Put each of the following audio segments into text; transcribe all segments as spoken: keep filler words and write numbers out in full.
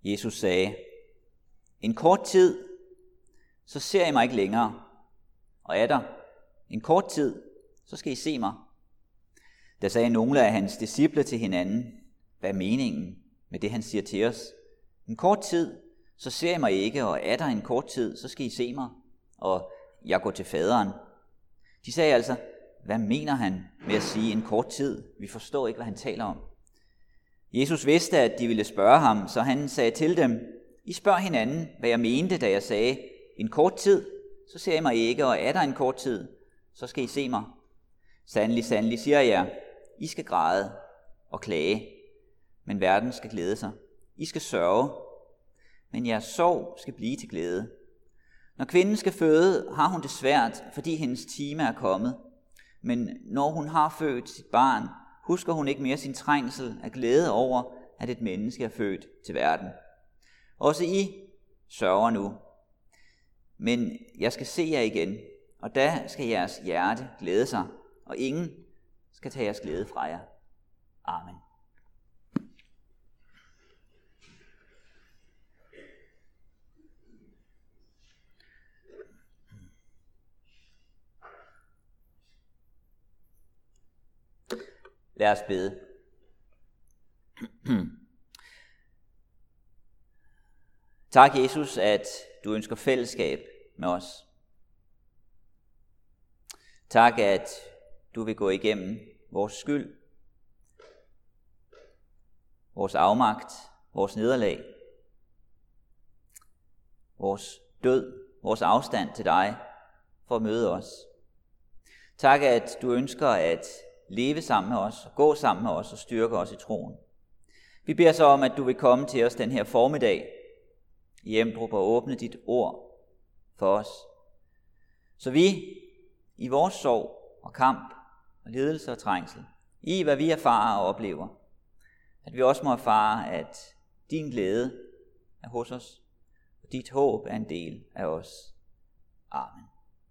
Jesus sagde, en kort tid, så ser I mig ikke længere, og er der en kort tid, så skal I se mig. Der sagde nogle af hans disciple til hinanden, hvad er meningen med det, han siger til os? En kort tid, så ser I mig ikke, og er der en kort tid, så skal I se mig, og jeg går til faderen. De sagde altså, hvad mener han med at sige en kort tid? Vi forstår ikke, hvad han taler om. Jesus vidste, at de ville spørge ham, så han sagde til dem, I spørger hinanden, hvad jeg mente, da jeg sagde, en kort tid, så ser I mig ikke, og er der en kort tid, så skal I se mig. Sandelig, sandelig, siger jeg, I skal græde og klage, men verden skal glæde sig. I skal sørge, men jeres sorg skal blive til glæde. Når kvinden skal føde, har hun det svært, fordi hendes time er kommet. Men når hun har født sit barn, husker hun ikke mere sin trængsel af glæde over, at et menneske er født til verden. Også I sørger nu. Men jeg skal se jer igen, og da skal jeres hjerte glæde sig, og ingen skal tage jeres glæde fra jer. Amen. Lad os bede. Tak, Jesus, at du ønsker fællesskab med os. Tak, at du vil gå igennem vores skyld, vores afmagt, vores nederlag, vores død, vores afstand til dig for at møde os. Tak, at du ønsker at leve sammen med os, og gå sammen med os og styrke os i troen. Vi beder så om, at du vil komme til os den her formiddag i Emdrup og åbne dit ord for os, så vi i vores sorg og kamp og lidelse og trængsel, i hvad vi erfarer og oplever, at vi også må erfare, at din glæde er hos os, og dit håb er en del af os. Amen.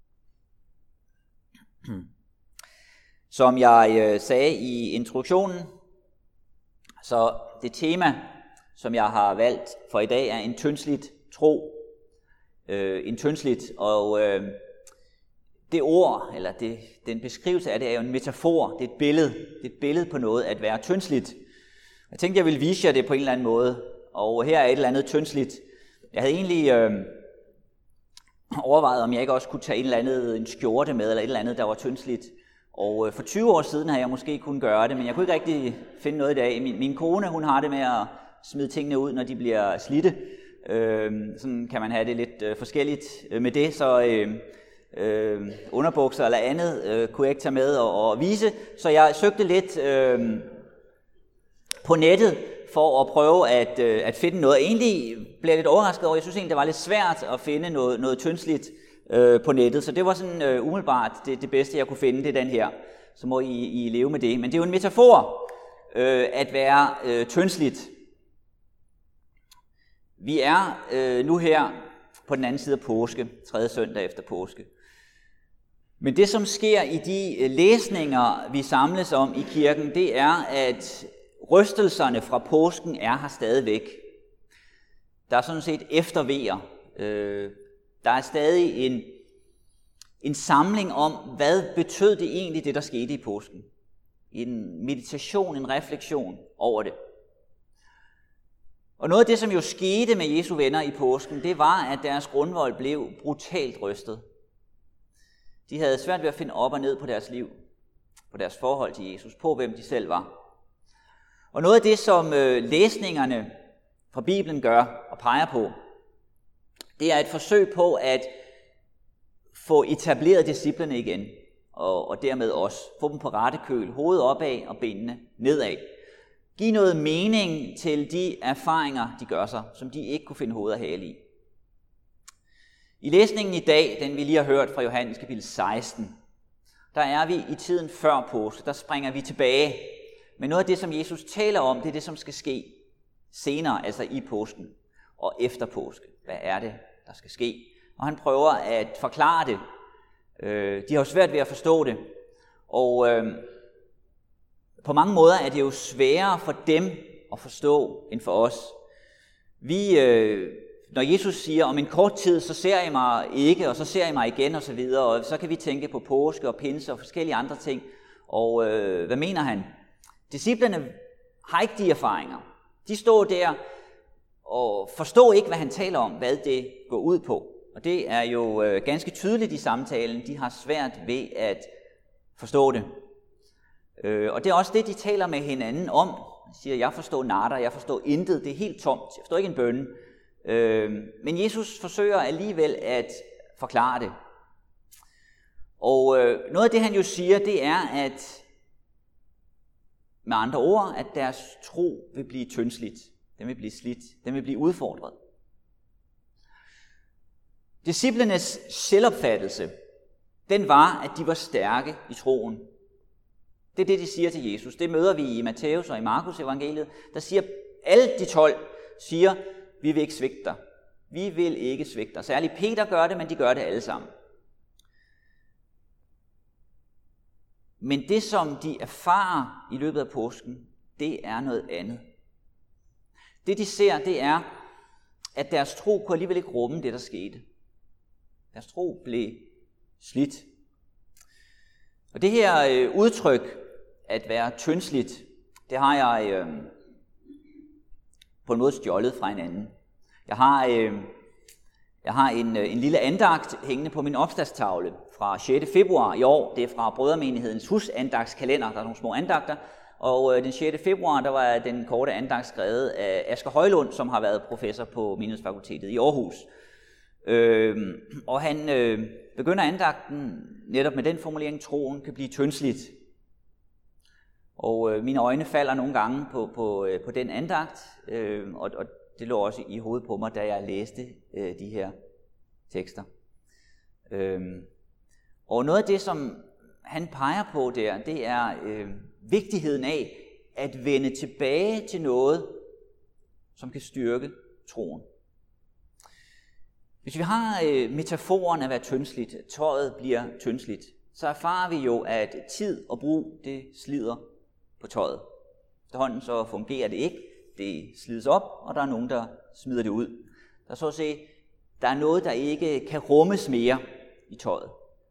Som jeg sagde i introduktionen, så det tema, som jeg har valgt for i dag, er en tyndsligt tro. Øh, en tyndsligt, og øh, det ord, eller det, den beskrivelse af det, er jo en metafor, det er et billede. Det er et billede på noget at være tyndsligt. Jeg tænkte, jeg ville vise jer det på en eller anden måde, og her er et eller andet tyndsligt. Jeg havde egentlig øh, overvejet, om jeg ikke også kunne tage en eller andet, en skjorte med, eller et eller andet, der var tyndsligt. Og for tyve år siden havde jeg måske kunnet gøre det, men jeg kunne ikke rigtig finde noget i dag. Min, min kone, hun har det med at smide tingene ud, når de bliver slidte. Øh, sådan kan man have det lidt øh, forskelligt med det, så øh, øh, underbukser eller andet øh, kunne jeg ikke tage med og, og vise. Så jeg søgte lidt øh, på nettet for at prøve at, øh, at finde noget. Egentlig blev jeg lidt overrasket over, jeg synes egentlig, det var lidt svært at finde noget, noget tyndsligt på nettet, så det var sådan uh, umiddelbart det, det bedste, jeg kunne finde, det er den her. Så må I, I leve med det. Men det er jo en metafor uh, at være uh, tyndsligt. Vi er uh, nu her på den anden side af påske, tredje søndag efter påske. Men det, som sker i de læsninger, vi samles om i kirken, det er, at rystelserne fra påsken er her stadigvæk. Der er sådan set eftervejer. Uh, Der er stadig en, en samling om, hvad betød det egentlig, det der skete i påsken. En meditation, en refleksion over det. Og noget af det, som jo skete med Jesu venner i påsken, det var, at deres grundvold blev brutalt rystet. De havde svært ved at finde op og ned på deres liv, på deres forhold til Jesus, på hvem de selv var. Og noget af det, som øh, læsningerne fra Bibelen gør og peger på, det er et forsøg på at få etableret disciplene igen, og, og dermed også få dem på rette køl, hovedet opad og benene nedad. Giv noget mening til de erfaringer, de gør sig, som de ikke kunne finde hoved og hale i. I læsningen i dag, den vi lige har hørt fra Johannes kapitel seksten, der er vi i tiden før påske, der springer vi tilbage. Men noget af det, som Jesus taler om, det er det, som skal ske senere, altså i påsken og efter påske. Hvad er det, der skal ske? Og han prøver at forklare det. De har jo svært ved at forstå det. Og øh, på mange måder er det jo sværere for dem at forstå end for os. Vi, øh, når Jesus siger, om en kort tid, så ser I mig ikke, og så ser I mig igen, og så videre, og så kan vi tænke på påske og pinse og forskellige andre ting. Og øh, hvad mener han? Disciplerne har ikke de erfaringer. De står der og forstår ikke, hvad han taler om, hvad det går ud på. Og det er jo øh, ganske tydeligt i samtalen. De har svært ved at forstå det. Øh, og det er også det, de taler med hinanden om. De siger, jeg forstår natter, jeg forstår intet, det er helt tomt, jeg forstår ikke en bønne. Øh, men Jesus forsøger alligevel at forklare det. Og øh, noget af det, han jo siger, det er, at med andre ord, at deres tro vil blive tyndslidt. Den vil blive slidt. Den vil blive udfordret. Disciplenes selvopfattelse, den var, at de var stærke i troen. Det er det, de siger til Jesus. Det møder vi i Matthæus og i Markus evangeliet. Der siger alle de tolv, siger, vi vil ikke svigte dig. Vi vil ikke svigte dig. Særligt Peter gør det, men de gør det alle sammen. Men det, som de erfarer i løbet af påsken, det er noget andet. Det, de ser, det er, at deres tro kunne alligevel ikke rumme det, der skete. Deres tro blev slidt. Og det her øh, udtryk, at være tyndslidt, det har jeg øh, på en måde stjålet fra en anden. Jeg har, øh, jeg har en, øh, en lille andagt hængende på min opslagstavle fra sjette februar i år. Det er fra Brødremenighedens husandagtskalender. Der er nogle små andagter. Og øh, den sjette februar, der var den korte andagt skrevet af Asger Højlund, som har været professor på Menighedsfakultetet i Aarhus. Øh, og han øh, begynder andagten netop med den formulering, troen kan blive tyndslidt. Og øh, mine øjne falder nogle gange på, på, øh, på den andagt, øh, og, og det lå også i hovedet på mig, da jeg læste øh, de her tekster. Øh, og noget af det, som han peger på der, det er øh, vigtigheden af at vende tilbage til noget, som kan styrke troen. Hvis vi har øh, metaforen at være tyndslidt, tøjet bliver tyndslidt, så erfarer vi jo, at tid og brug, det slider på tøjet. Efterhånden så fungerer det ikke, det slides op, og der er nogen, der smider det ud. Der er så at sige, der er noget, der ikke kan rummes mere i tøjet.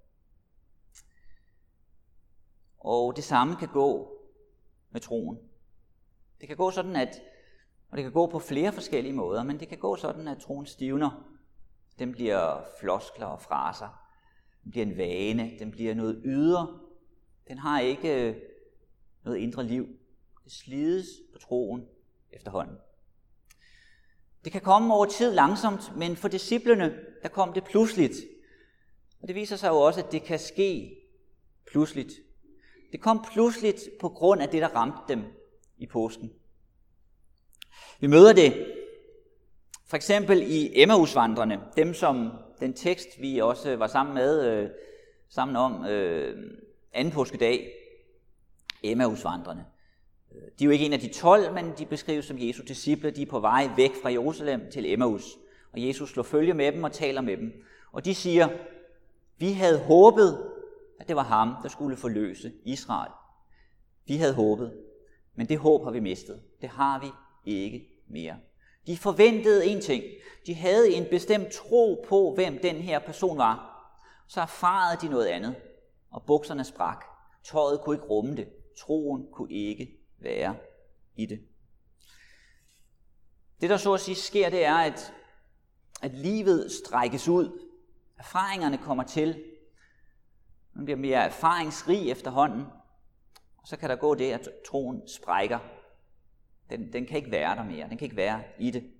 Og det samme kan gå med troen. Det kan gå sådan, at, og det kan gå på flere forskellige måder, men det kan gå sådan, at troen stivner. Den bliver floskler og fraser. Den bliver en vane. Den bliver noget ydre. Den har ikke noget indre liv. Det slides på troen efterhånden. Det kan komme over tid langsomt, men for disciplene, der kom det pludseligt. Og det viser sig jo også, at det kan ske pludseligt. Det kom pludseligt på grund af det, der ramte dem i påsken. Vi møder det for eksempel i Emmausvandrerne, dem som den tekst, vi også var sammen med, øh, sammen om øh, anden påskedag, Emmausvandrerne. De er jo ikke en af de tolv, men de beskrives som Jesu disciple. De er på vej væk fra Jerusalem til Emmaus, og Jesus slår følge med dem og taler med dem. Og de siger, vi havde håbet, at det var ham, der skulle forløse Israel. Vi havde håbet, men det håb har vi mistet. Det har vi ikke mere. De forventede en ting. De havde en bestemt tro på, hvem den her person var. Så erfarede de noget andet, og bukserne sprak. Tøjet kunne ikke rumme det. Troen kunne ikke være i det. Det, der så at sige sker, det er, at, at livet strækkes ud. Erfaringerne kommer til. Man bliver mere erfaringsrig efterhånden. Og så kan der gå det, at troen sprækker. Den, den kan ikke være der mere. Den kan ikke være i det.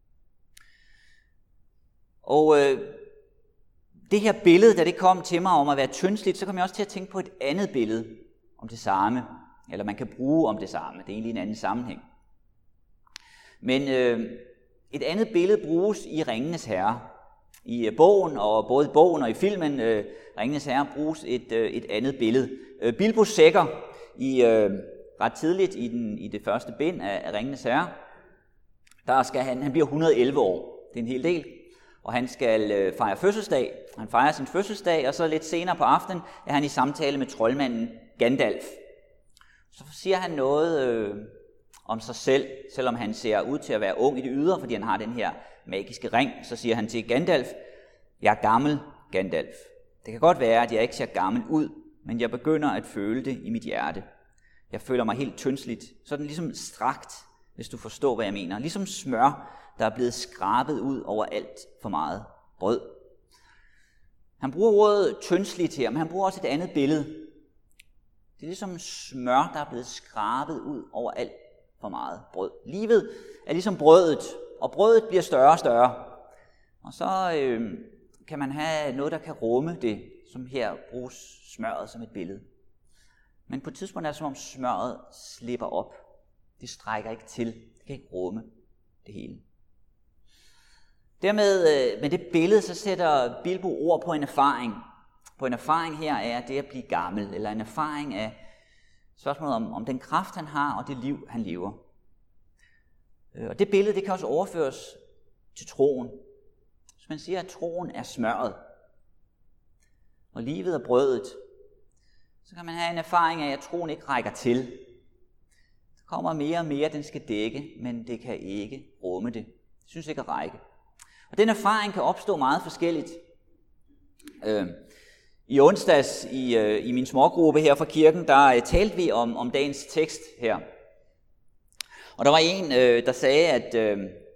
Og øh, det her billede, da det kom til mig om at være tyndslidt, så kom jeg også til at tænke på et andet billede om det samme. Eller man kan bruge om det samme. Det er egentlig en anden sammenhæng. Men øh, et andet billede bruges i Ringenes Herre. I bogen, og både i bogen og i filmen øh, Ringenes Herre, bruges et, øh, et andet billede. Øh, Bilbo Sækker i... Øh, ret tidligt i, den, i det første bind af, af Ringenes Herre, der skal han, han bliver et hundrede og elleve år, det er en hel del, og han skal øh, fejre fødselsdag. Han fejrer sin fødselsdag, og så lidt senere på aftenen er han i samtale med troldmanden Gandalf. Så siger han noget øh, om sig selv, selvom han ser ud til at være ung i det ydre, fordi han har den her magiske ring, så siger han til Gandalf, jeg er gammel, Gandalf. Det kan godt være, at jeg ikke ser gammel ud, men jeg begynder at føle det i mit hjerte. Jeg føler mig helt tyndsligt, sådan ligesom strakt, hvis du forstår, hvad jeg mener. Ligesom smør, der er blevet skrabet ud over alt for meget brød. Han bruger ordet tyndsligt her, men han bruger også et andet billede. Det er ligesom smør, der er blevet skrabet ud over alt for meget brød. Livet er ligesom brødet, og brødet bliver større og større. Og så øh, kan man have noget, der kan rumme det, som her bruges smøret som et billede. Men på et tidspunkt er det som om smøret slipper op. Det strækker ikke til. Det kan ikke rumme det hele. Dermed øh, med det billede, så sætter Bilbo ord på en erfaring. På en erfaring her er det at blive gammel, eller en erfaring af spørgsmålet om, om den kraft, han har, og det liv, han lever. Og det billede, det kan også overføres til troen. Hvis man siger, at troen er smøret, og livet er brødet, så kan man have en erfaring af, at troen ikke rækker til. Der kommer mere og mere, den skal dække, men det kan ikke rumme det. Det synes ikke at række. Og den erfaring kan opstå meget forskelligt. Øh, I onsdags i, øh, i min smågruppe her fra kirken, der øh, talte vi om, om dagens tekst her. Og der var en, øh, der sagde, at, øh,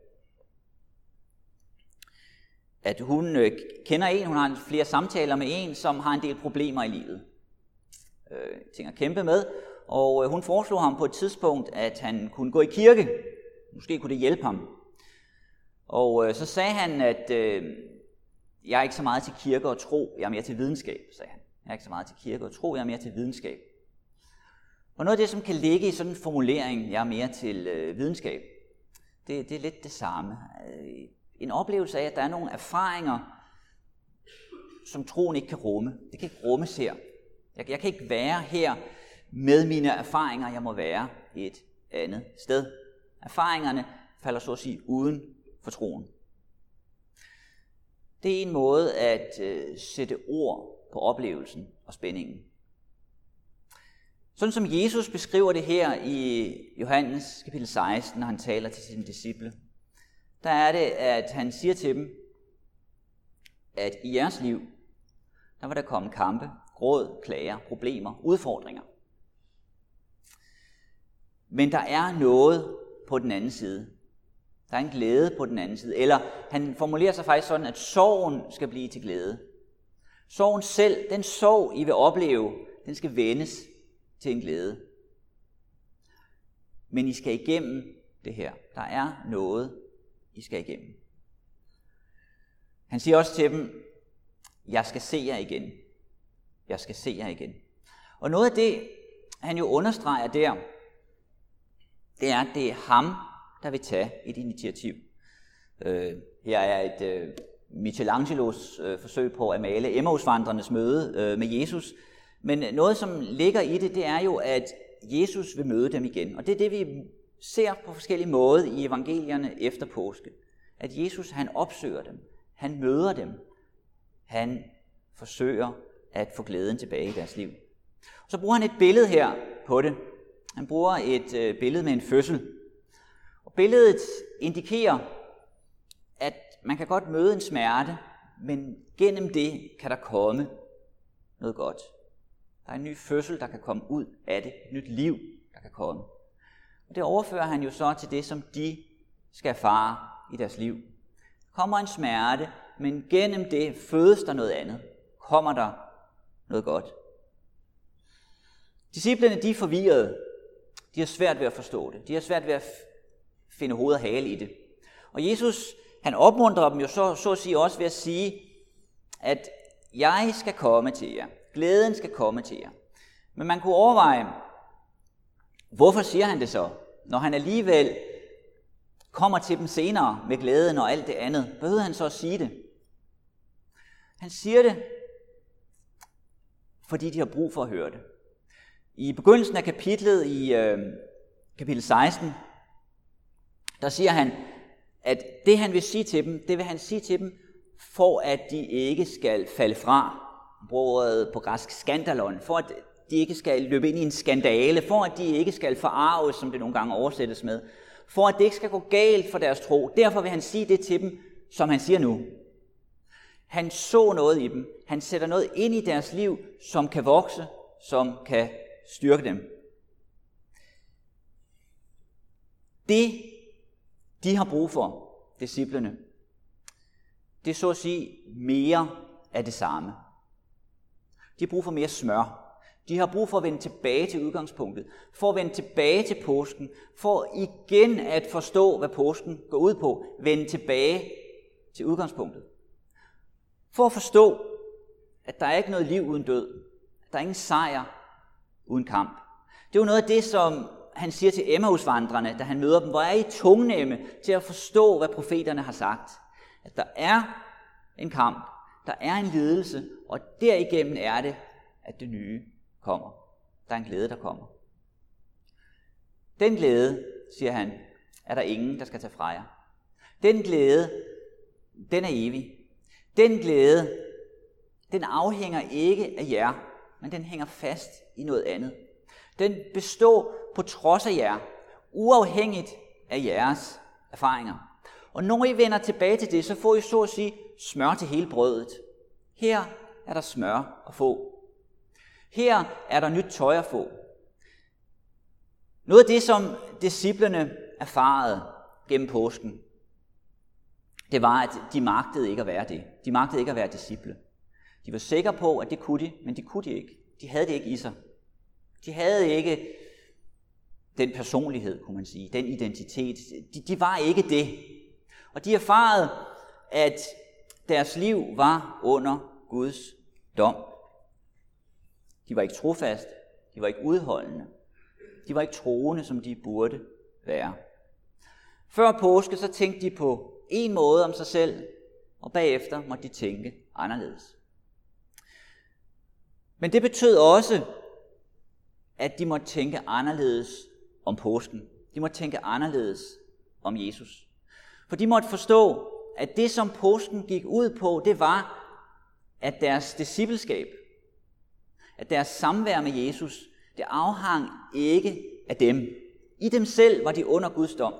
at hun øh, kender en, hun har flere samtaler med en, som har en del problemer i livet. Øh, ting at kæmpe med. Og øh, hun foreslog ham på et tidspunkt, at han kunne gå i kirke. Måske kunne det hjælpe ham. Og øh, så sagde han, at øh, jeg er ikke så meget til kirke og tro, jeg er mere til videnskab, sagde han. Jeg er ikke så meget til kirke og tro, jeg er mere til videnskab. Og noget af det, som kan ligge i sådan en formulering, jeg er mere til øh, videnskab, det, det er lidt det samme. En oplevelse af, at der er nogle erfaringer, som troen ikke kan rumme. Det kan ikke rummes her. Jeg, jeg kan ikke være her med mine erfaringer, jeg må være et andet sted. Erfaringerne falder så at sige uden for troen. Det er en måde at øh, sætte ord på oplevelsen og spændingen. Sådan som Jesus beskriver det her i Johannes kapitel seksten, når han taler til sine disciple, der er det, at han siger til dem, at i jeres liv, der vil der komme kampe, gråd, klager, problemer, udfordringer. Men der er noget på den anden side. Der er en glæde på den anden side. Eller han formulerer sig faktisk sådan, at sorgen skal blive til glæde. Sorgen selv, den sorg, I vil opleve, den skal vendes til en glæde. Men I skal igennem det her. Der er noget, I skal igennem. Han siger også til dem, jeg skal se jer igen. Jeg skal se jer igen. Og noget af det, han jo understreger der, det er, at det er ham, der vil tage et initiativ. Øh, her er et øh, Michelangelos øh, forsøg på at male Emmausvandrernes møde øh, med Jesus. Men noget, som ligger i det, det er jo, at Jesus vil møde dem igen. Og det er det, vi ser på forskellige måder i evangelierne efter påske. At Jesus, han opsøger dem. Han møder dem. Han forsøger at få glæden tilbage i deres liv. Og så bruger han et billede her på det. Han bruger et øh, billede med en fødsel. Og billedet indikerer, at man kan godt møde en smerte, men gennem det kan der komme noget godt. Der er en ny fødsel, der kan komme ud af det. Et nyt liv, der kan komme. Og det overfører han jo så til det, som de skal erfare i deres liv. Der kommer en smerte, men gennem det fødes der noget andet. Kommer der noget godt. Disciplene, de er forvirrede. De har svært ved at forstå det. De har svært ved at finde hoved og hale i det. Og Jesus, han opmuntrer dem jo så, så at sige også ved at sige, at jeg skal komme til jer. Glæden skal komme til jer. Men man kunne overveje, hvorfor siger han det så? Når han alligevel kommer til dem senere med glæden og alt det andet, behøver han så at sige det? Han siger det, fordi de har brug for at høre det. I begyndelsen af kapitlet, i øh, kapitel seksten, der siger han, at det han vil sige til dem, det vil han sige til dem, for at de ikke skal falde fra. Han bruger ordet på græsk skandalon, for at de ikke skal løbe ind i en skandale, for at de ikke skal forarves, som det nogle gange oversættes med, for at det ikke skal gå galt for deres tro. Derfor vil han sige det til dem, som han siger nu. Han så noget i dem. Han sætter noget ind i deres liv, som kan vokse, som kan styrke dem. Det, de har brug for, disciplene, det er så at sige mere af det samme. De har brug for mere smør. De har brug for at vende tilbage til udgangspunktet, for at vende tilbage til påsken, for igen at forstå, hvad påsken går ud på, vende tilbage til udgangspunktet. For at forstå, at der er ikke noget liv uden død, at der er ingen sejr uden kamp. Det er jo noget af det, som han siger til Emmausvandrerne, da han møder dem, hvor er I tungnemme til at forstå, hvad profeterne har sagt. At der er en kamp, der er en lidelse, og derigennem er det, at det nye kommer. Der er en glæde, der kommer. Den glæde, siger han, er der ingen, der skal tage fra jer. Den glæde, den er evig. Den glæde, den afhænger ikke af jer, men den hænger fast i noget andet. Den består på trods af jer, uafhængigt af jeres erfaringer. Og når I vender tilbage til det, så får I så at sige smør til hele brødet. Her er der smør at få. Her er der nyt tøj at få. Noget af det, som disciplene erfarede gennem påsken, det var, at de magtede ikke at være det. De magtede ikke at være disciple. De var sikre på, at det kunne de, men det kunne de ikke. De havde det ikke i sig. De havde ikke den personlighed, kunne man sige, den identitet. De, de var ikke det. Og de erfarede, at deres liv var under Guds dom. De var ikke trofaste, de var ikke udholdende, de var ikke troende, som de burde være. Før påske, så tænkte de på en måde om sig selv, og bagefter måtte de tænke anderledes. Men det betød også, at de måtte tænke anderledes om påsken. De måtte tænke anderledes om Jesus. For de måtte forstå, at det, som påsken gik ud på, det var, at deres discipleskab, at deres samvær med Jesus, det afhang ikke af dem. I dem selv var de under Guds dom.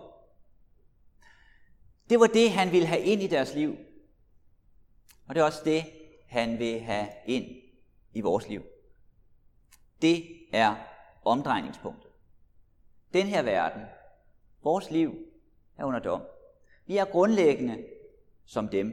Det var det, han ville have ind i deres liv. Og det er også det, han vil have ind i vores liv. Det er omdrejningspunktet. Den her verden, vores liv, er under dom. Vi er grundlæggende som dem.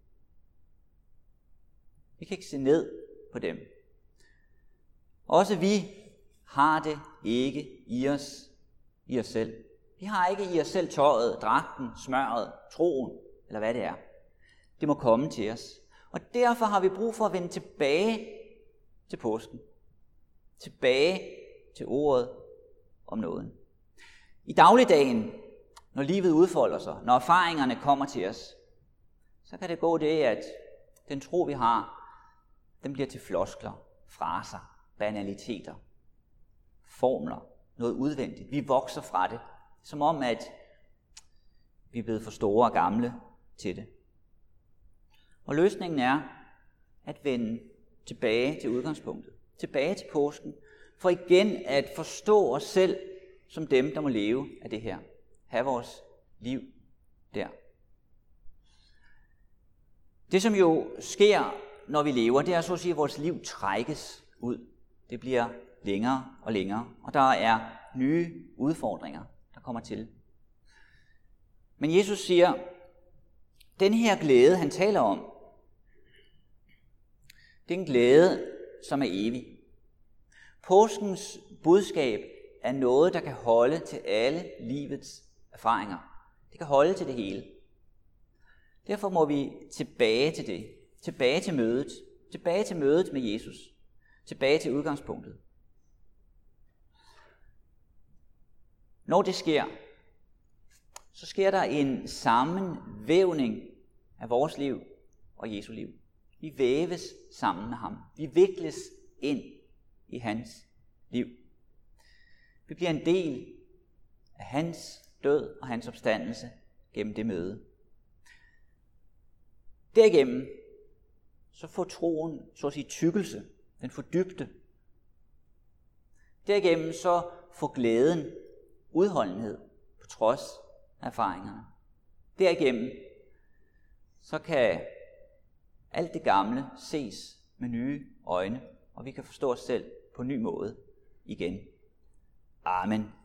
Vi kan ikke se ned på dem. Også vi har det ikke i os, i os selv. Vi har ikke i os selv tøjet, dragten, smøret, troen, eller hvad det er. Det må komme til os. Og derfor har vi brug for at vende tilbage til påsken. Tilbage til ordet om nåden. I dagligdagen, når livet udfolder sig, når erfaringerne kommer til os, så kan det gå det, at den tro, vi har, den bliver til floskler, fraser, banaliteter, formler, noget udvendigt. Vi vokser fra det, som om, at vi er blevet for store og gamle til det. Og løsningen er at vende tilbage til udgangspunktet, tilbage til påsken, for igen at forstå os selv som dem, der må leve af det her. Have vores liv der. Det, som jo sker, når vi lever, det er så at sige, at vores liv trækkes ud. Det bliver længere og længere, og der er nye udfordringer, der kommer til. Men Jesus siger, den her glæde, han taler om, det er en glæde, som er evig. Påskens budskab er noget, der kan holde til alle livets erfaringer. Det kan holde til det hele. Derfor må vi tilbage til det. Tilbage til mødet. Tilbage til mødet med Jesus. Tilbage til udgangspunktet. Når det sker, så sker der en sammenvævning af vores liv og Jesu liv. Vi væves sammen med ham. Vi vikles ind i hans liv. Vi bliver en del af hans død og hans opstandelse gennem det møde. Derigennem så får troen, så at sige, tykkelse, den får dybde. Derigennem så får glæden udholdenhed på trods af erfaringerne. Derigennem så kan alt det gamle ses med nye øjne, og vi kan forstå os selv på en ny måde igen. Amen.